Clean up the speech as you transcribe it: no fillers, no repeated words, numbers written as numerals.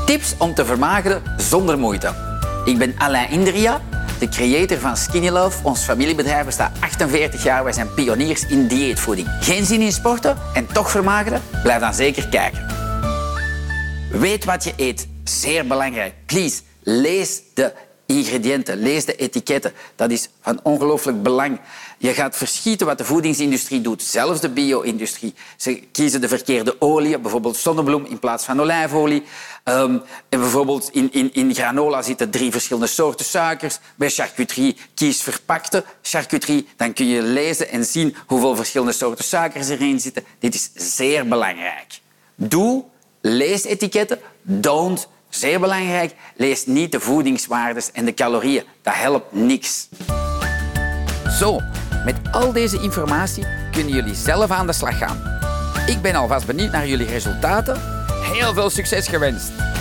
Tips om te vermageren zonder moeite. Ik ben Alain Indria, de creator van Skinny Love. Ons familiebedrijf bestaat 48 jaar. Wij zijn pioniers in dieetvoeding. Geen zin in sporten en toch vermageren? Blijf dan zeker kijken. Weet wat je eet. Zeer belangrijk. Please, lees de ingrediënten, lees de etiketten. Dat is van ongelooflijk belang. Je gaat verschieten wat de voedingsindustrie doet, zelfs de bio-industrie. Ze kiezen de verkeerde olie, bijvoorbeeld zonnebloem in plaats van olijfolie. En bijvoorbeeld in granola zitten 3 verschillende soorten suikers. Bij charcuterie kies verpakte charcuterie. Dan kun je lezen en zien hoeveel verschillende soorten suikers erin zitten. Dit is zeer belangrijk. Lees etiketten. Don't. Zeer belangrijk, lees niet de voedingswaardes en de calorieën. Dat helpt niks. Zo, met al deze informatie kunnen jullie zelf aan de slag gaan. Ik ben alvast benieuwd naar jullie resultaten. Heel veel succes gewenst!